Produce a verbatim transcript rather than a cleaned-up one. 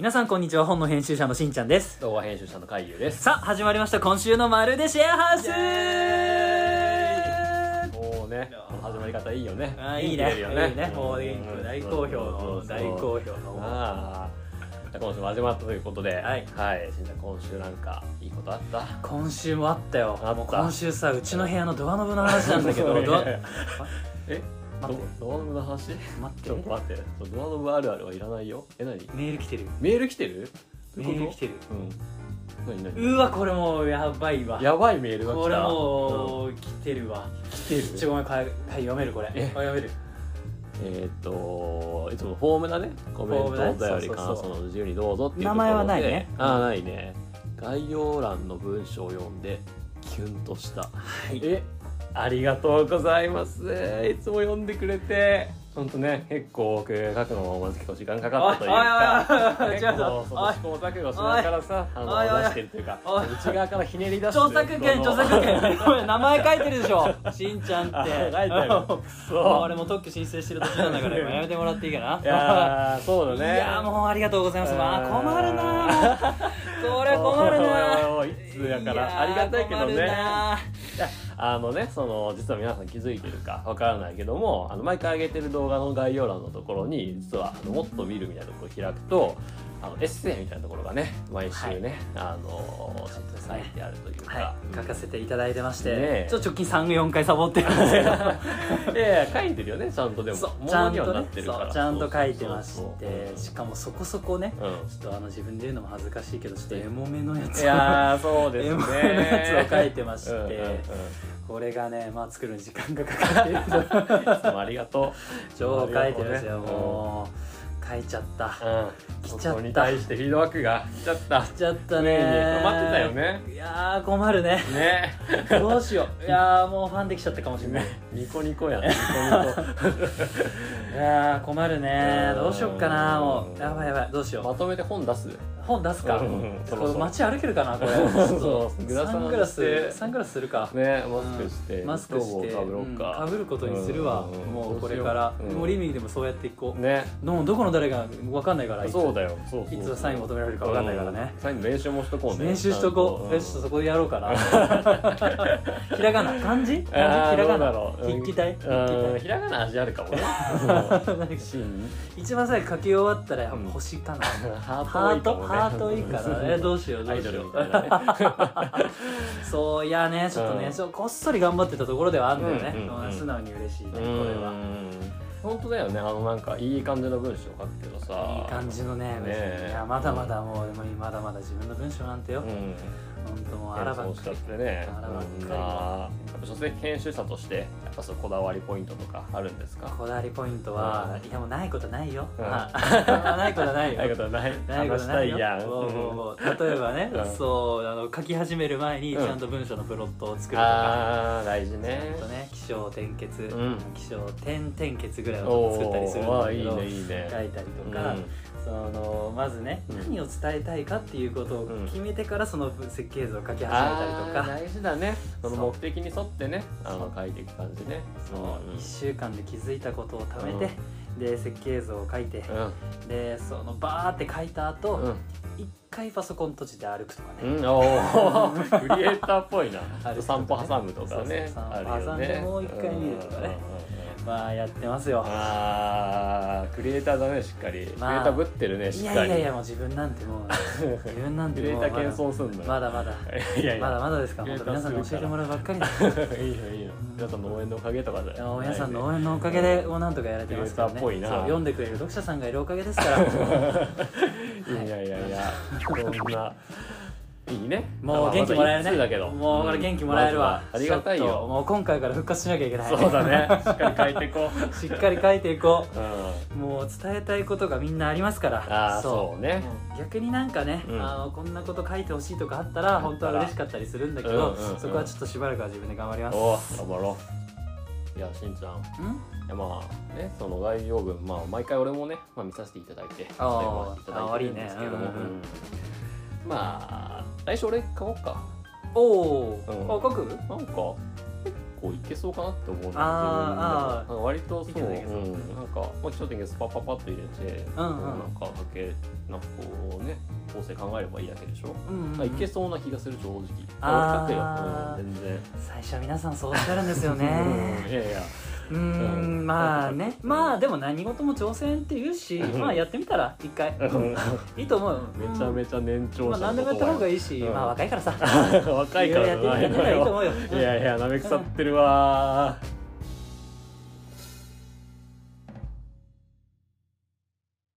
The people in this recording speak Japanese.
皆さんこんにちは。本の編集者のしんちゃんです。 動画編集者の海優です。 さあ始まりました今週のまるでシェアハウス。 もうね始まり方いいよね。 あいいね、いいね、もう元気、大好評の大好評の。 ああ今週も始まったということで、はい、はい、しんちゃん今週なんかいいことあった？ 今週もあったよ。 あった。 もう今週さ、うちの部屋のドアノブの話なんだけどドアえ待って、 ドアノブの話？ 待って、 ちょっと待って、ドアノブあるあるはいらないよ。え、何？ メール来てる。 メール来てる？ メール来てる。 うん。何何？ うわこれもうやばいわ。 やばいメールが来た。 これもう来てるわ。 来てる？ ちょごめん、はい読めるこれ。 え読める。 えっといつもフォームだね。コメント、お便り、感想の自由にどうぞっていうところで。 名前はないね。 ああないね。概要欄の文章を読んでキュンとした。 はい。 え、ありがとうございます。いつも読んでくれて。ほんとね、結構僕書くのもまず結構時間かかったというか、結構その試行錯誤しながらさ、あの出してるというか、内側からひねり出してる。 著作権著作権ごめん、名前書いてるでしょしんちゃんって。書いてある。 そう俺も特許申請してる途中なんだからやめてもらっていいかな。 いやーそうだね。 いやもうありがとうございます。まあ困るなこれ困るな。 いつやからありがたいけどね。あのね、その実は皆さん気づいてるかわからないけども、あの毎回上げてる動画の概要欄のところに実はあのもっと見るみたいなところを開くと、あのエッセイみたいなところがね毎週ね、はい、あのちょっと書いてあるというか、 はい、書かせていただいてまして、 ね、 ちょっと直近さん、よんかいサボってるんですけどいやいや書いてるよねちゃんと。でもちゃんとね、 ちゃんと書いてまして、しかもそこそこね、うん、ちょっとあの自分で言うのも恥ずかしいけどちょっとエモめのやつをいやそうですねエモめのやつを書いてまして、うんうん、うん、これがね、まあ作るのに時間がかかっているといつもありがとう。 超書いてるんですよ、もう。書いちゃった、うん、来ちゃった。 に対してフィードバックが来ちゃった来ちゃったね。 待ってたよね。 いやー困るね。 ねどうしよう。いやーもうファンできちゃったかもしれない。 ニコニコやん。ニコニコ。 いやー困るね。どうしよっかな。もうやばいやばい、どうしよう。 まとめて本出す。 本出すか。街歩けるかなこれ。サングラスサングラスするか。 ね、マスクしてマスクしてかぶろうか。 かぶることにするわ。もうこれから森見でもそうやっていこう。 ね。 どこの誰が分かんないから。 そうだよ。 いつサイン求められるか分かんないからね。 サインの練習もしとこうね。 練習しとこう。よし、そこでやろうかな。ひらがな、漢字？漢字ひらがな。筆記体？ ひらがな味あるかもね。 一番最後書き終わったら星かな。 ハートハートいいかな。えどうしようどうしよう。そういやね、ちょっとねこっそり頑張ってたところではあるんだよね。素直に嬉しいねこれは。 本当だよね。あのなんかいい感じの文章書くけどさ、 いい感じのね、いやまだまだもうまだまだ自分の文章なんてよ。本当もうあらばっかりね。あらばっかり。書籍編集者としてやっぱそうこだわりポイントとかあるんですか？ こだわりポイントはいやもうないことないよ。ないことないよ。 ないことない。 ないことないよ。例えばね、そうあの書き始める前にちゃんと文章のプロットを作るとか。 ああ大事ね。 ちゃんとね起承転結、起承転転結ぐらいの作ったりするんだけど、書いたりとか。そのまずね、うん、何を伝えたいかっていうことを決めてからその設計図を書き始めたりとか、 大事だね。その目的に沿ってねあの書いていく感じね。 そう、うん、いっしゅうかんで気づいたことを貯めて、うん、で設計図を書いて、うん、でそのバーって書いた後、うん、一回パソコン閉じて歩くとかね、 うん、おクリエイターっぽいな。散歩挟むとかね。 散歩挟んでもう一回見るとかね。まあやってますよ。 ああクリエイターだねしっかり。クリエイターぶってるねしっかり。 いやいやいやもう自分なんてもう自分なんてもうクリエイター謙遜すんの。 まだまだいやいやまだまだですか。本当皆さんに教えてもらうばっかりだ。いいよいいよ。皆さんの応援のおかげとかで。 皆さんの応援のおかげでもうなんとかやれてますからね。そう読んでくれる読者さんがいるおかげですから。いやいやいやそんな。いいね。 もう元気もらえるね。もうこれ元気もらえるわ。 ありがたいよ。 もう今回から復活しなきゃいけない。 そうだね。しっかり書いていこう。 しっかり書いていこう。もう伝えたいことがみんなありますから。 ああそうね。 逆になんかね、あのこんなこと書いてほしいとかあったら本当は嬉しかったりするんだけど、そこはちょっとしばらくは自分で頑張ります。 お頑張ろう。いやしんちゃん。いやまあねその概要文まあ毎回俺もねまあ見させていただいて、 ああ悪いね。 まあ来週俺書こうか。 おお、あ書く？ なんか結構いけそうかなって思うんだけど、 ああ割とそう、なんかか、まあ、基礎点結パッパッパッと入れて、 うんうん、 なんかかけなんかこうね構成考えればいいだけでしょ、 うんうんうん、 まあ、いけそうな気がする正直。 ああ、うん、全然最初は皆さんそうおっしゃるんですよねうん、いやいやうーん、まあね、まあでも何事も挑戦って言うし、まあやってみたら一回いいと思うよ。 めちゃめちゃ年長者のまあ何でもやった方がいいし、まあ若いからさ若いからじゃないのよ。いやいやなめくさってるわ。